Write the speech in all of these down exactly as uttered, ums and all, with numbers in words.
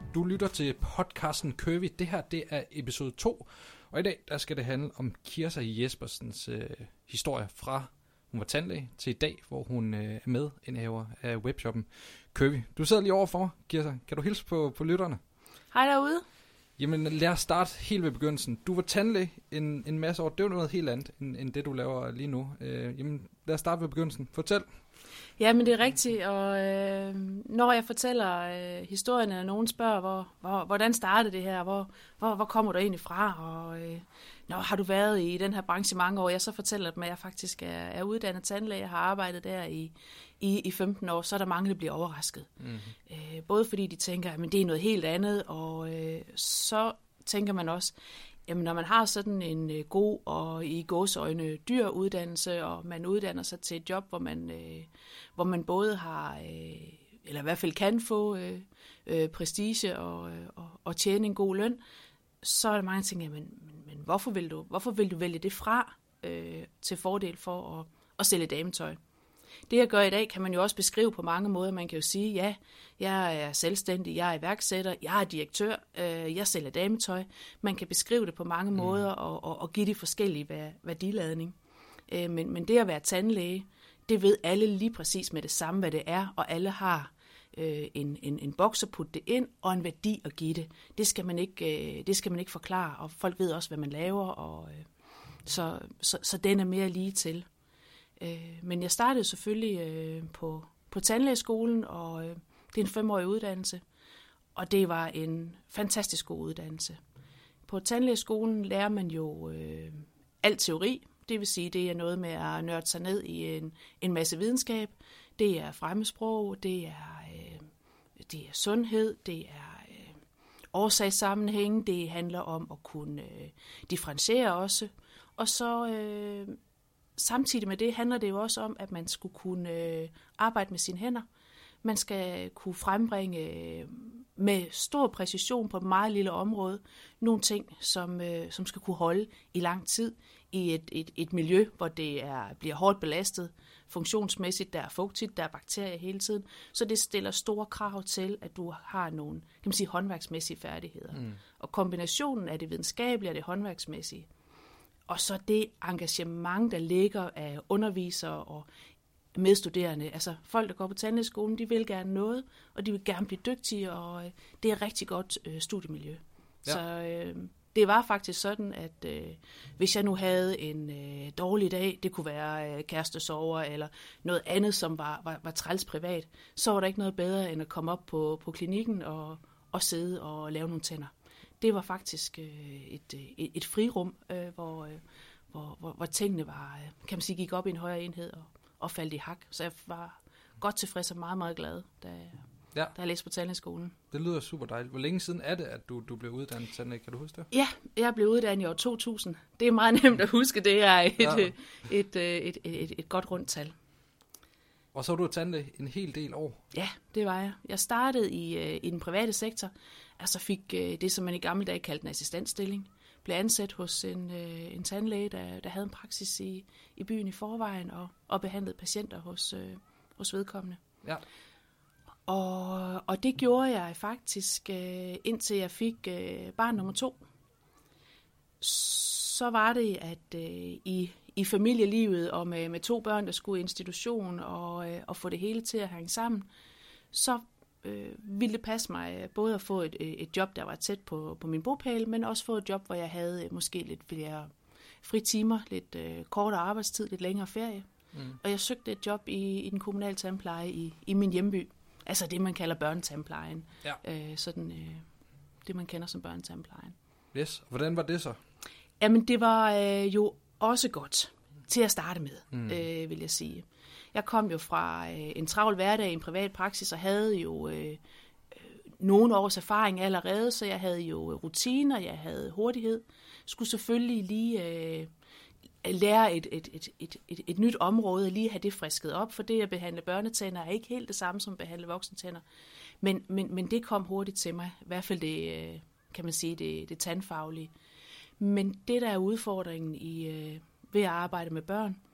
Du lytter til podcasten Curvy. Det her, det er episode to. Og i dag, der skal det handle om Kirsa Jespersens øh, historie fra hun var tandlæge til i dag, hvor hun øh, er med indehaver af webshoppen Curvy. Du sidder lige overfor mig, Kirsa. Kan du hilse på, på lytterne? Hej derude. Jamen lad os starte helt ved begyndelsen. Du var tandlæge en, en masse år. Det var noget helt andet, end, end det du laver lige nu. Øh, jamen lad os starte ved begyndelsen. Fortæl. Ja, men det er rigtigt, og øh, når jeg fortæller øh, historien, og nogen spørger, hvor, hvor, hvordan startede det her, hvor, hvor, hvor kommer du egentlig fra, og øh, når har du været i den her branche mange år, jeg så fortæller dem, at jeg faktisk er, er uddannet tandlæge, jeg har arbejdet der i, i, i femten år, så er der mange, der bliver overrasket. Mm-hmm. Øh, både fordi de tænker, at det er noget helt andet, og øh, så tænker man også, jamen, når man har sådan en øh, god og i gåseøjne dyr uddannelse, og man uddanner sig til et job, hvor man, øh, hvor man både har, øh, eller i hvert fald kan få øh, øh, prestige og, øh, og, og tjene en god løn, så er der mange ting, men, men, men hvorfor, vil du, hvorfor vil du vælge det fra øh, til fordel for at, at sælge dametøj? Det, jeg gør i dag, kan man jo også beskrive på mange måder. Man kan jo sige, ja, jeg er selvstændig, jeg er iværksætter, jeg er direktør, øh, jeg sælger dametøj. Man kan beskrive det på mange mm. måder og, og, og give de forskellige værdiladning. Øh, men, men det at være tandlæge, det ved alle lige præcis med det samme, hvad det er, og alle har øh, en, en, en boks at putte det ind, og en værdi at give det. Det skal man ikke, øh, det skal man ikke forklare, og folk ved også, hvad man laver, og, øh, så, så, så den er mere lige til. Men jeg startede selvfølgelig øh, på, på tandlægeskolen, og øh, det er en femårig uddannelse, og det var en fantastisk god uddannelse. På tandlægeskolen lærer man jo øh, alt teori, det vil sige, det er noget med at nørde sig ned i en, en masse videnskab. Det er fremmedsprog, det er, øh, det er sundhed, det er øh, årsagssammenhæng, det handler om at kunne øh, differentiere også, og så... Øh, Samtidig med det handler det jo også om, at man skulle kunne øh, arbejde med sine hænder. Man skal kunne frembringe øh, med stor præcision på et meget lille område nogle ting, som, øh, som skal kunne holde i lang tid i et, et, et miljø, hvor det er, bliver hårdt belastet funktionsmæssigt. Der er fugtigt, der er bakterier hele tiden. Så det stiller store krav til, at du har nogle kan man sige, håndværksmæssige færdigheder. Mm. Og kombinationen af det videnskabelige og det håndværksmæssige, og så det engagement, der ligger af undervisere og medstuderende. Altså folk, der går på tandlægeskolen, de vil gerne noget, og de vil gerne blive dygtige, og øh, det er et rigtig godt øh, studiemiljø. Ja. Så øh, det var faktisk sådan, at øh, hvis jeg nu havde en øh, dårlig dag, det kunne være øh, kærestesorger eller noget andet, som var, var, var træls privat, så var der ikke noget bedre end at komme op på, på klinikken og, og sidde og lave nogle tænder. Det var faktisk øh, et, et, et frirum, øh, hvor, øh, hvor, hvor, hvor tingene var, øh, kan man sige, gik op i en højere enhed og, og faldt i hak. Så jeg var godt tilfreds og meget, meget glad, da, ja. da jeg læste på tandlægeskolen. Det lyder super dejligt. Hvor længe siden er det, at du, du blev uddannet tandlæge? Kan du huske det? Ja, jeg blev uddannet i år to tusind. Det er meget nemt at huske. Det er et, ja. et, et, et, et, et, et godt rundt tal. Og så var du tandlæge en hel del år? Ja, det var jeg. Jeg startede i, i den private sektor, altså fik det, som man i gamle dage kaldte en assistentstilling. Blev ansat hos en, en tandlæge, der, der havde en praksis i, i byen i forvejen, og, og behandlede patienter hos, hos vedkommende. Ja. Og, og det gjorde jeg faktisk, indtil jeg fik barn nummer to. Så var det, at i i familielivet og med, med to børn, der skulle i institution og, øh, og få det hele til at hænge sammen, så øh, ville det passe mig både at få et, et job, der var tæt på, på min bopæl, men også få et job, hvor jeg havde måske lidt flere fri timer, lidt øh, kortere arbejdstid, lidt længere ferie. Mm. Og jeg søgte et job i, i den kommunale tandpleje i, i min hjemby. Altså det, man kalder børnetandplejen. Ja. Øh, sådan øh, det, man kender som børnetandplejen. Yes. Hvordan var det så? Jamen, det var øh, jo også godt til at starte med, mm. øh, vil jeg sige. Jeg kom jo fra øh, en travl hverdag i en privat praksis, og havde jo øh, nogle års erfaring allerede, så jeg havde jo rutiner, jeg havde hurtighed. Skulle selvfølgelig lige øh, lære et, et, et, et, et, et nyt område, lige have det frisket op, for det at behandle børnetænder er ikke helt det samme som at behandle voksentænder. Men, men, men det kom hurtigt til mig, i hvert fald det, øh, kan man sige, det, det tandfaglige. Men det, der er udfordringen i, øh, ved at arbejde med børn,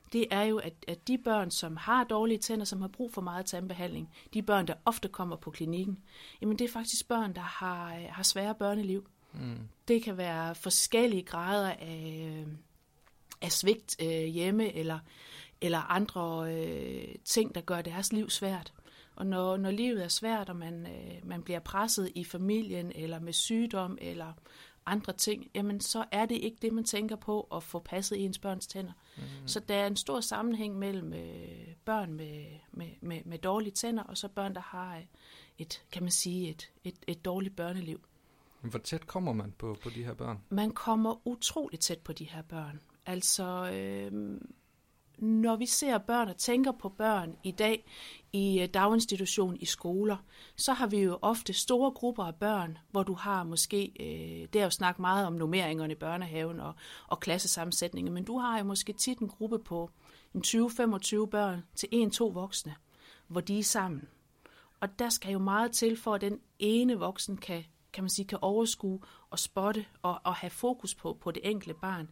det er jo, at, at de børn, som har dårlige tænder, som har brug for meget tandbehandling, de børn, der ofte kommer på klinikken, jamen det er faktisk børn, der har, har svære børneliv. Mm. Det kan være forskellige grader af, af svigt øh, hjemme, eller, eller andre øh, ting, der gør deres liv svært. Og når, når livet er svært, og man, øh, man bliver presset i familien, eller med sygdom, eller andre ting, jamen så er det ikke det, man tænker på at få passet ens børns tænder. Mm. Så der er en stor sammenhæng mellem øh, børn med, med, med, med dårlige tænder, og så børn, der har et, kan man sige, et, et, et dårligt børneliv. Men hvor tæt kommer man på, på de her børn? Man kommer utroligt tæt på de her børn. Altså, øh, når vi ser børn og tænker på børn i dag i daginstitution, i skoler, så har vi jo ofte store grupper af børn, hvor du har måske, øh, det er jo snakket meget om nummeringerne i børnehaven og, og klassesammensætninger, men du har jo måske tit en gruppe på tyve til femogtyve børn til en til to voksne, hvor de er sammen. Og der skal jo meget til, for at den ene voksen kan, kan man sige, kan overskue og spotte og, og have fokus på, på det enkelte barn.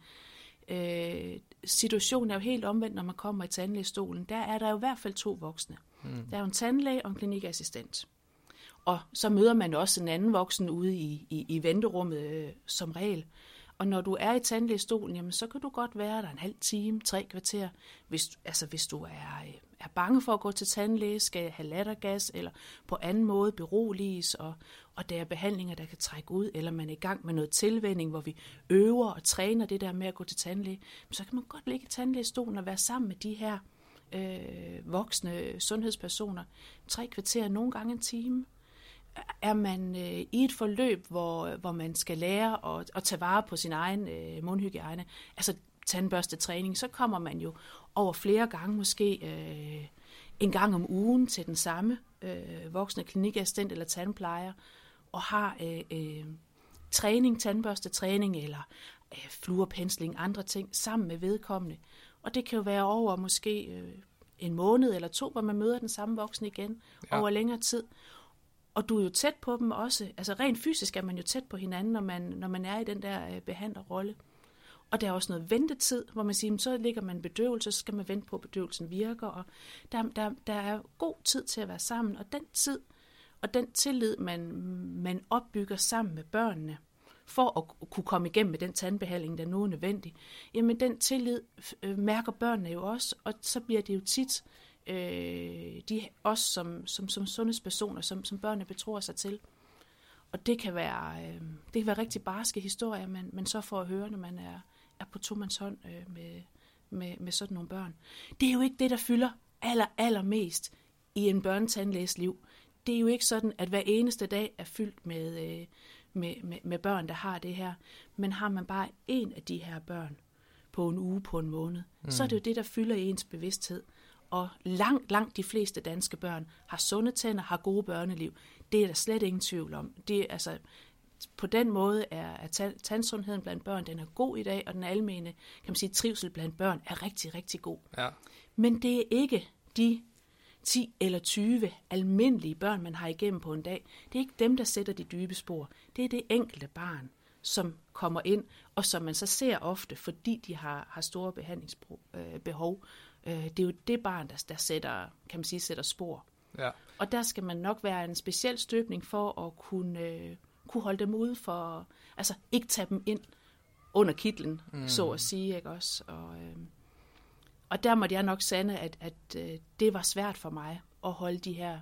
Øh, situationen er jo helt omvendt, når man kommer i tandlægestolen. Der er der jo i hvert fald to voksne. Mm. Der er jo en tandlæge og en klinikassistent. Og så møder man også en anden voksen ude i, i, i venterummet øh, som regel. Og når du er i tandlægestolen, jamen, så kan du godt være der en halv time, tre kvarter. Hvis, altså, hvis du er, er bange for at gå til tandlæge, skal have lattergas, eller på anden måde beroliges, og, og der er behandlinger, der kan trække ud, eller man er i gang med noget tilvænning, hvor vi øver og træner det der med at gå til tandlæge, så kan man godt ligge i tandlægestolen og være sammen med de her øh, voksne sundhedspersoner. Tre kvarter, nogle gange en time. Er man øh, i et forløb, hvor, hvor man skal lære at, at tage vare på sin egen øh, mundhygiejne, altså tandbørstetræning, så kommer man jo over flere gange, måske øh, en gang om ugen til den samme øh, voksne klinikassistent eller tandplejer, og har øh, øh, træning, tandbørstetræning eller øh, fluorpensling, andre ting, sammen med vedkommende. Og det kan jo være over måske øh, en måned eller to, hvor man møder den samme voksne igen ja. over længere tid. Og du er jo tæt på dem også. Altså rent fysisk er man jo tæt på hinanden, når man, når man er i den der øh, behandlerrolle. Og der er også noget ventetid, hvor man siger, så ligger man bedøvelse, så skal man vente på, at bedøvelsen virker. Og der, der, der er god tid til at være sammen. Og den tid og den tillid, man, man opbygger sammen med børnene, for at kunne komme igennem med den tandbehandling, der nu er nødvendig, jamen den tillid øh, mærker børnene jo også, og så bliver det jo tit øh, de, os som, som, som sundhedspersoner, som, som børnene betror sig til. Og det kan være, øh, det kan være rigtig barske historier, man, man så får at høre, når man er, er på tomands hånd øh, med, med, med sådan nogle børn. Det er jo ikke det, der fylder aller, allermest i en børnetandlæges liv. Det er jo ikke sådan, at hver eneste dag er fyldt med, øh, med, med, med børn, der har det her. Men har man bare en af de her børn på en uge, på en måned, mm. så er det jo det, der fylder i ens bevidsthed. Og langt, langt de fleste danske børn har sunde tænder, har gode børneliv. Det er der slet ingen tvivl om. Det, altså, på den måde er, er tandsundheden blandt børn, den er god i dag, og den almene, kan man sige, trivsel blandt børn er rigtig, rigtig god. Ja. Men det er ikke de ti eller tyve almindelige børn, man har igennem på en dag. Det er ikke dem, der sætter de dybe spor. Det er det enkelte barn, som kommer ind, og som man så ser ofte, fordi de har, har store behandlingsbehov. Det er jo det barn, der, der sætter, kan man sige, sætter spor. Ja. Og der skal man nok være en speciel støbning for at kunne, øh, kunne holde dem ude for, altså ikke tage dem ind under kitlen, mm. så at sige, ikke også? Og, øh, og der måtte jeg nok sande, at, at øh, det var svært for mig at holde de her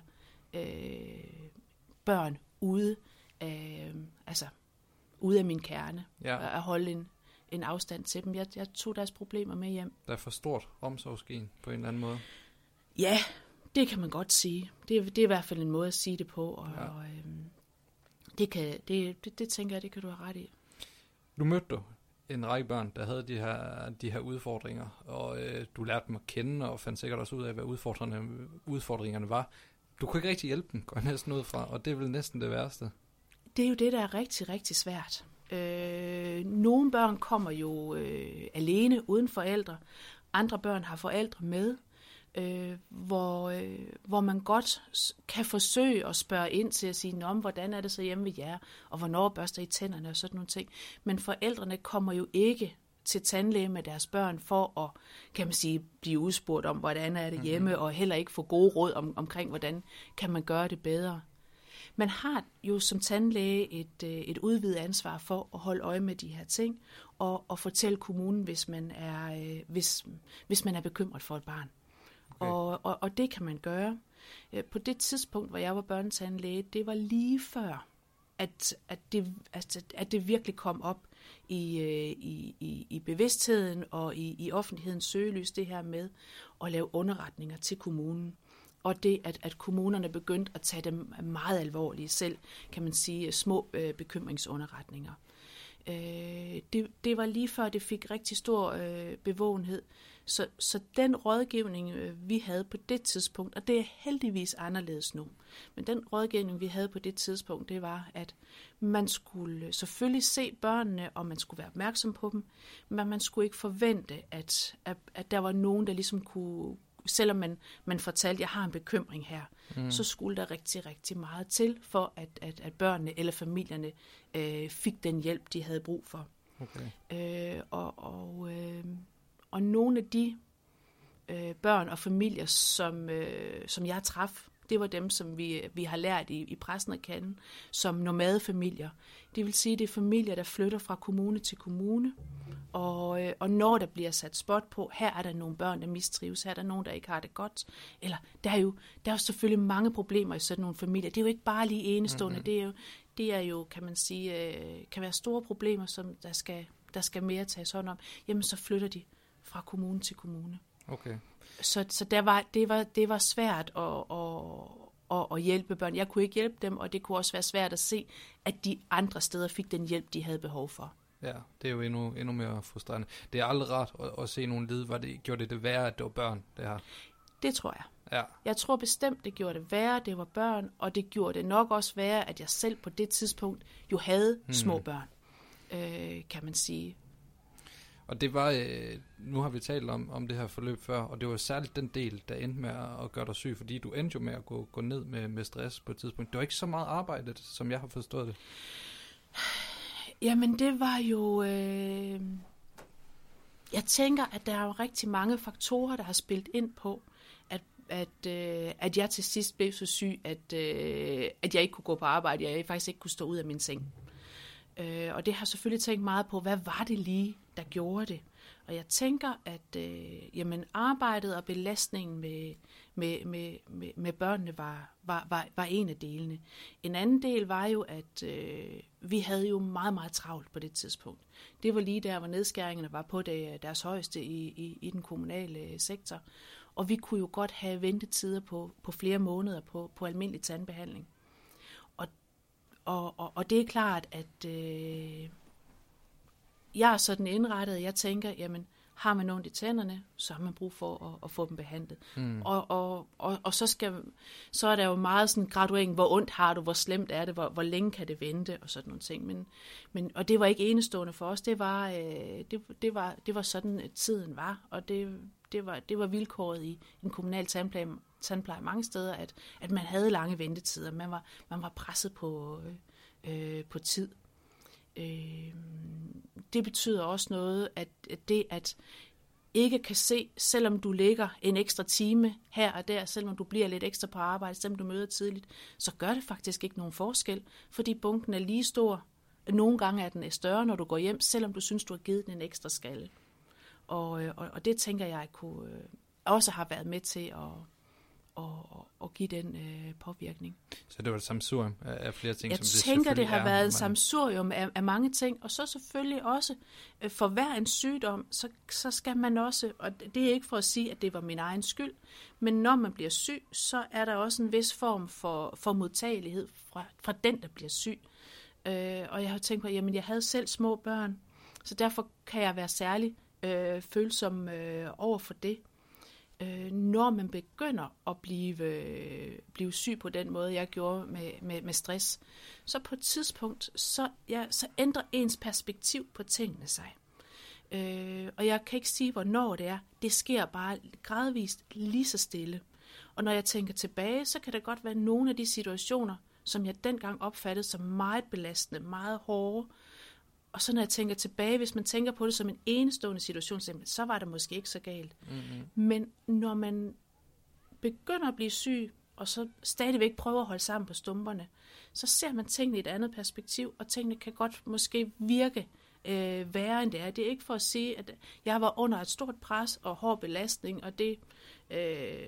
øh, børn ude af, altså, ude af min kerne, ja. og at holde en, en afstand til dem. Jeg, jeg tog deres problemer med hjem. Der er for stort omsorgsgen på en eller anden måde. Ja, det kan man godt sige. Det, det er i hvert fald en måde at sige det på, og, ja. og øhm, det, kan, det, det, det tænker jeg, det kan du have ret i. Nu mødte du en række børn, der havde de her, de her udfordringer, og øh, du lærte dem at kende, og fandt sikkert også ud af, hvad udfordringerne, udfordringerne var. Du kunne ikke rigtig hjælpe dem, går jeg næsten ud fra, og det er vel næsten det værste. Det er jo det, der er rigtig, rigtig svært. Øh, nogle børn kommer jo øh, alene, uden forældre. Andre børn har forældre med. Øh, hvor, øh, hvor man godt kan forsøge at spørge ind til at sige, om hvordan er det så hjemme ved jer, og hvornår børster I tænderne og sådan nogle ting. Men forældrene kommer jo ikke til tandlæge med deres børn for at, kan man sige, blive udspurgt om, hvordan er det hjemme, mm-hmm. og heller ikke få gode råd om, omkring, hvordan kan man gøre det bedre. Man har jo som tandlæge et, et udvidet ansvar for at holde øje med de her ting, og, og fortælle kommunen, hvis man er, hvis, hvis man er bekymret for et barn. Okay. Og, og, og det kan man gøre. På det tidspunkt, hvor jeg var børnetandlæge, det var lige før, at, at, det, at, at det virkelig kom op i, i, i, i bevidstheden og i, i offentlighedens søgelys, det her med at lave underretninger til kommunen. Og det, at, at kommunerne begyndte at tage dem meget alvorligt selv, kan man sige, små øh, bekymringsunderretninger. Øh, det, det var lige før, det fik rigtig stor øh, bevågenhed. Så, så den rådgivning, øh, vi havde på det tidspunkt, og det er heldigvis anderledes nu, men den rådgivning, vi havde på det tidspunkt, det var, at man skulle selvfølgelig se børnene, og man skulle være opmærksom på dem, men man skulle ikke forvente, at, at, at der var nogen, der ligesom kunne, selvom man, man fortalte, at jeg har en bekymring her, mm. så skulle der rigtig, rigtig meget til, for at, at, at børnene eller familierne øh, fik den hjælp, de havde brug for. Okay. Øh, og, og, øh, og nogle af de øh, børn og familier, som, øh, som jeg traf, det var dem, som vi, vi har lært i, i pressen at kende, som nomadefamilier. Det vil sige, det er familier, der flytter fra kommune til kommune, og, øh, og når der bliver sat spot på, her er der nogle børn, der mistrives, her er der nogen, der ikke har det godt, eller der er jo, der er jo selvfølgelig mange problemer i sådan nogle familier. Det er jo ikke bare lige enestående, mm-hmm. det, er jo, det er jo, kan man sige, øh, kan være store problemer, som der skal, der skal mere tages hånd om. Jamen, så flytter de fra kommune til kommune. Okay. Så, så der var, det, var, det var svært at, at, at, at hjælpe børn. Jeg kunne ikke hjælpe dem, og det kunne også være svært at se, at de andre steder fik den hjælp, de havde behov for. Ja, det er jo endnu, endnu mere frustrerende. Det er aldrig rart at, at se nogen lide. Var det, gjorde det det værre, at det var børn, det her? Det tror jeg. Ja. Jeg tror bestemt, det gjorde det værre, det var børn, og det gjorde det nok også værre, at jeg selv på det tidspunkt jo havde hmm. små børn, øh, kan man sige. Og det var, øh, nu har vi talt om, om det her forløb før, og det var særligt den del, der endte med at gøre dig syg, fordi du endte jo med at gå, gå ned med, med stress på et tidspunkt. Det var ikke så meget arbejde, som jeg har forstået det. Jamen det var jo, øh... jeg tænker, at der er jo rigtig mange faktorer, der har spillet ind på, at, at, øh, at jeg til sidst blev så syg, at, øh, at jeg ikke kunne gå på arbejde, jeg faktisk ikke kunne stå ud af min seng. Øh, og det har selvfølgelig tænkt meget på, hvad var det lige, der gjorde det? Og jeg tænker, at øh, jamen, arbejdet og belastningen med, med, med, med, med børnene var, var, var, var en af delene. En anden del var jo, at øh, vi havde jo meget, meget travlt på det tidspunkt. Det var lige der, hvor nedskæringerne var på det, deres højeste i, i, i den kommunale sektor. Og vi kunne jo godt have ventetider på, på flere måneder på, på almindelig tandbehandling. Og, og, og det er klart, at øh, jeg er sådan indrettet, jeg tænker, jamen, har man ondt i tænderne, så har man brug for at, at få dem behandlet. Mm. Og, og, og, og så, skal, så er der jo meget sådan graduering, hvor ondt har du, hvor slemt er det, hvor, hvor længe kan det vente, og sådan nogle ting. Men, men, og det var ikke enestående for os, det var, øh, det, det var, det var sådan, tiden var, og det, det, var, det var vilkåret i en kommunal tandpleje, tandpleje mange steder, at, at man havde lange ventetider, man var, man var presset på, øh, på tid. Øh, det betyder også noget, at det at ikke kan se, selvom du ligger en ekstra time her og der, selvom du bliver lidt ekstra på arbejde, selvom du møder tidligt, så gør det faktisk ikke nogen forskel, fordi bunken er lige stor. Nogle gange er den større, når du går hjem, selvom du synes, du har givet den en ekstra skalle. Og, og, og det tænker jeg kunne, øh, også har været med til at Og, og give den øh, påvirkning. Så det var et sammensurium af flere ting, jeg som det tænker, det har er, været et sammensurium af, af mange ting, og så selvfølgelig også, øh, for hver en sygdom, så, så skal man også, og det er ikke for at sige, at det var min egen skyld, men når man bliver syg, så er der også en vis form for, for modtagelighed fra, fra den, der bliver syg. Øh, og jeg har tænkt på, jamen jeg havde selv små børn, så derfor kan jeg være særlig øh, følsom øh, over for det. Når man begynder at blive, øh, blive syg på den måde, jeg gjorde med, med, med stress, så på et tidspunkt, så, ja, så ændrer ens perspektiv på tingene sig. Øh, og jeg kan ikke sige, hvornår det er. Det sker bare gradvist lige så stille. Og når jeg tænker tilbage, så kan det godt være nogle af de situationer, som jeg dengang opfattede som meget belastende, meget hårde, og så når jeg tænker tilbage, hvis man tænker på det som en enestående situation, så var det måske ikke så galt. Mm-hmm. Men når man begynder at blive syg, og så stadigvæk prøver at holde sammen på stumperne, så ser man tingene i et andet perspektiv, og tingene kan godt måske virke øh, værre end det er. Det er ikke for at sige, at jeg var under et stort pres og hård belastning, og det, øh,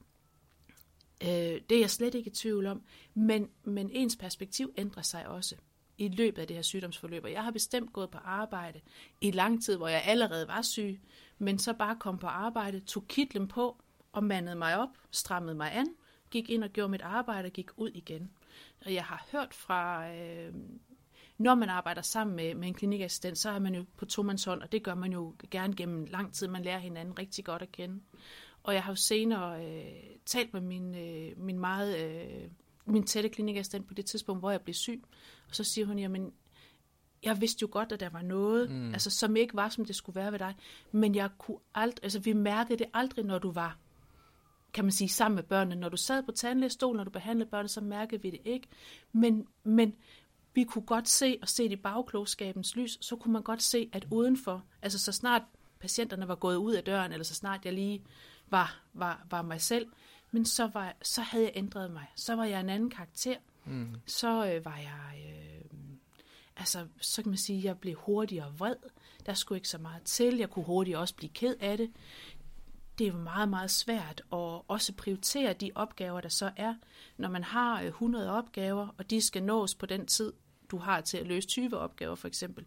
øh, det er jeg slet ikke i tvivl om. Men, men ens perspektiv ændrer sig også i løbet af det her sygdomsforløb. Og jeg har bestemt gået på arbejde i lang tid, hvor jeg allerede var syg, men så bare kom på arbejde, tog kitlen på og mandede mig op, strammede mig an, gik ind og gjorde mit arbejde og gik ud igen. Og jeg har hørt fra, øh, når man arbejder sammen med, med en klinikassistent, så er man jo på tomandshånd, og det gør man jo gerne gennem lang tid. Man lærer hinanden rigtig godt at kende. Og jeg har jo senere øh, talt med min, øh, min meget øh, min tætte klinikassistent på det tidspunkt, hvor jeg blev syg. Og så siger hun, jamen, jeg vidste jo godt, at der var noget, mm. altså, som ikke var, som det skulle være ved dig. Men jeg kunne aldrig, altså vi mærkede det aldrig, når du var, kan man sige, sammen med børnene. Når du sad på tandlægestolen, når du behandlede børnene, så mærkede vi det ikke. Men, men vi kunne godt se, og se i bagklogskabens lys, så kunne man godt se, at udenfor, altså så snart patienterne var gået ud af døren, eller så snart jeg lige var, var, var mig selv, men så, var, så havde jeg ændret mig. Så var jeg en anden karakter. Mm. Så øh, var jeg, øh, altså så kan man sige, jeg blev hurtigere vred. Der skulle ikke så meget til. Jeg kunne hurtigere også blive ked af det. Det er jo meget, meget svært at også prioritere de opgaver, der så er. Når man har hundrede opgaver, og de skal nås på den tid, du har til at løse tyve opgaver for eksempel.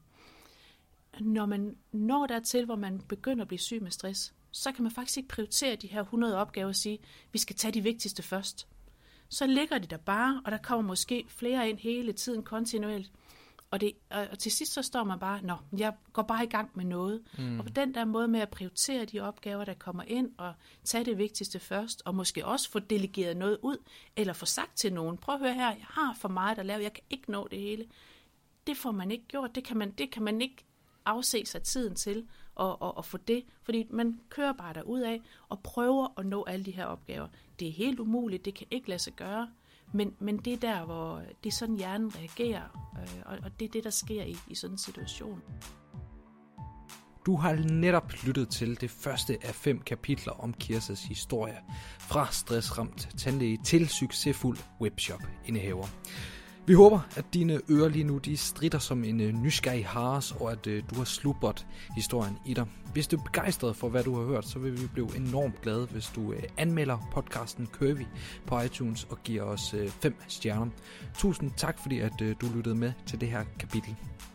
Når man når dertil, hvor man begynder at blive syg med stress, så kan man faktisk ikke prioritere de her hundrede opgaver og sige, vi skal tage de vigtigste først. Så ligger de der bare, og der kommer måske flere ind hele tiden kontinuerligt. Og, det, og til sidst så står man bare, nå, jeg går bare i gang med noget. Mm. Og på den der måde med at prioritere de opgaver, der kommer ind, og tage det vigtigste først, og måske også få delegeret noget ud, eller få sagt til nogen, prøv at høre her, jeg har for meget at lave, jeg kan ikke nå det hele. Det får man ikke gjort, det kan man, det kan man ikke afse sig tiden til at, at, at få det, fordi man kører bare derudad og prøver at nå alle de her opgaver. Det er helt umuligt, det kan ikke lade sig gøre. Men, men det er der, hvor det er sådan, hjernen reagerer, øh, og, og det er det, der sker i, i sådan en situation. Du har netop lyttet til det første af fem kapitler om Kirsas historie. Fra stressramt tandlæge til succesfuld webshop-indehaver. Vi håber, at dine ører lige nu de stritter som en uh, nysgerrig hares, og at uh, du har slubbert historien i dig. Hvis du er begejstret for, hvad du har hørt, så vil vi blive enormt glade, hvis du uh, anmelder podcasten Curvy på iTunes og giver os uh, fem stjerner. Tusind tak, fordi at uh, du lyttede med til det her kapitel.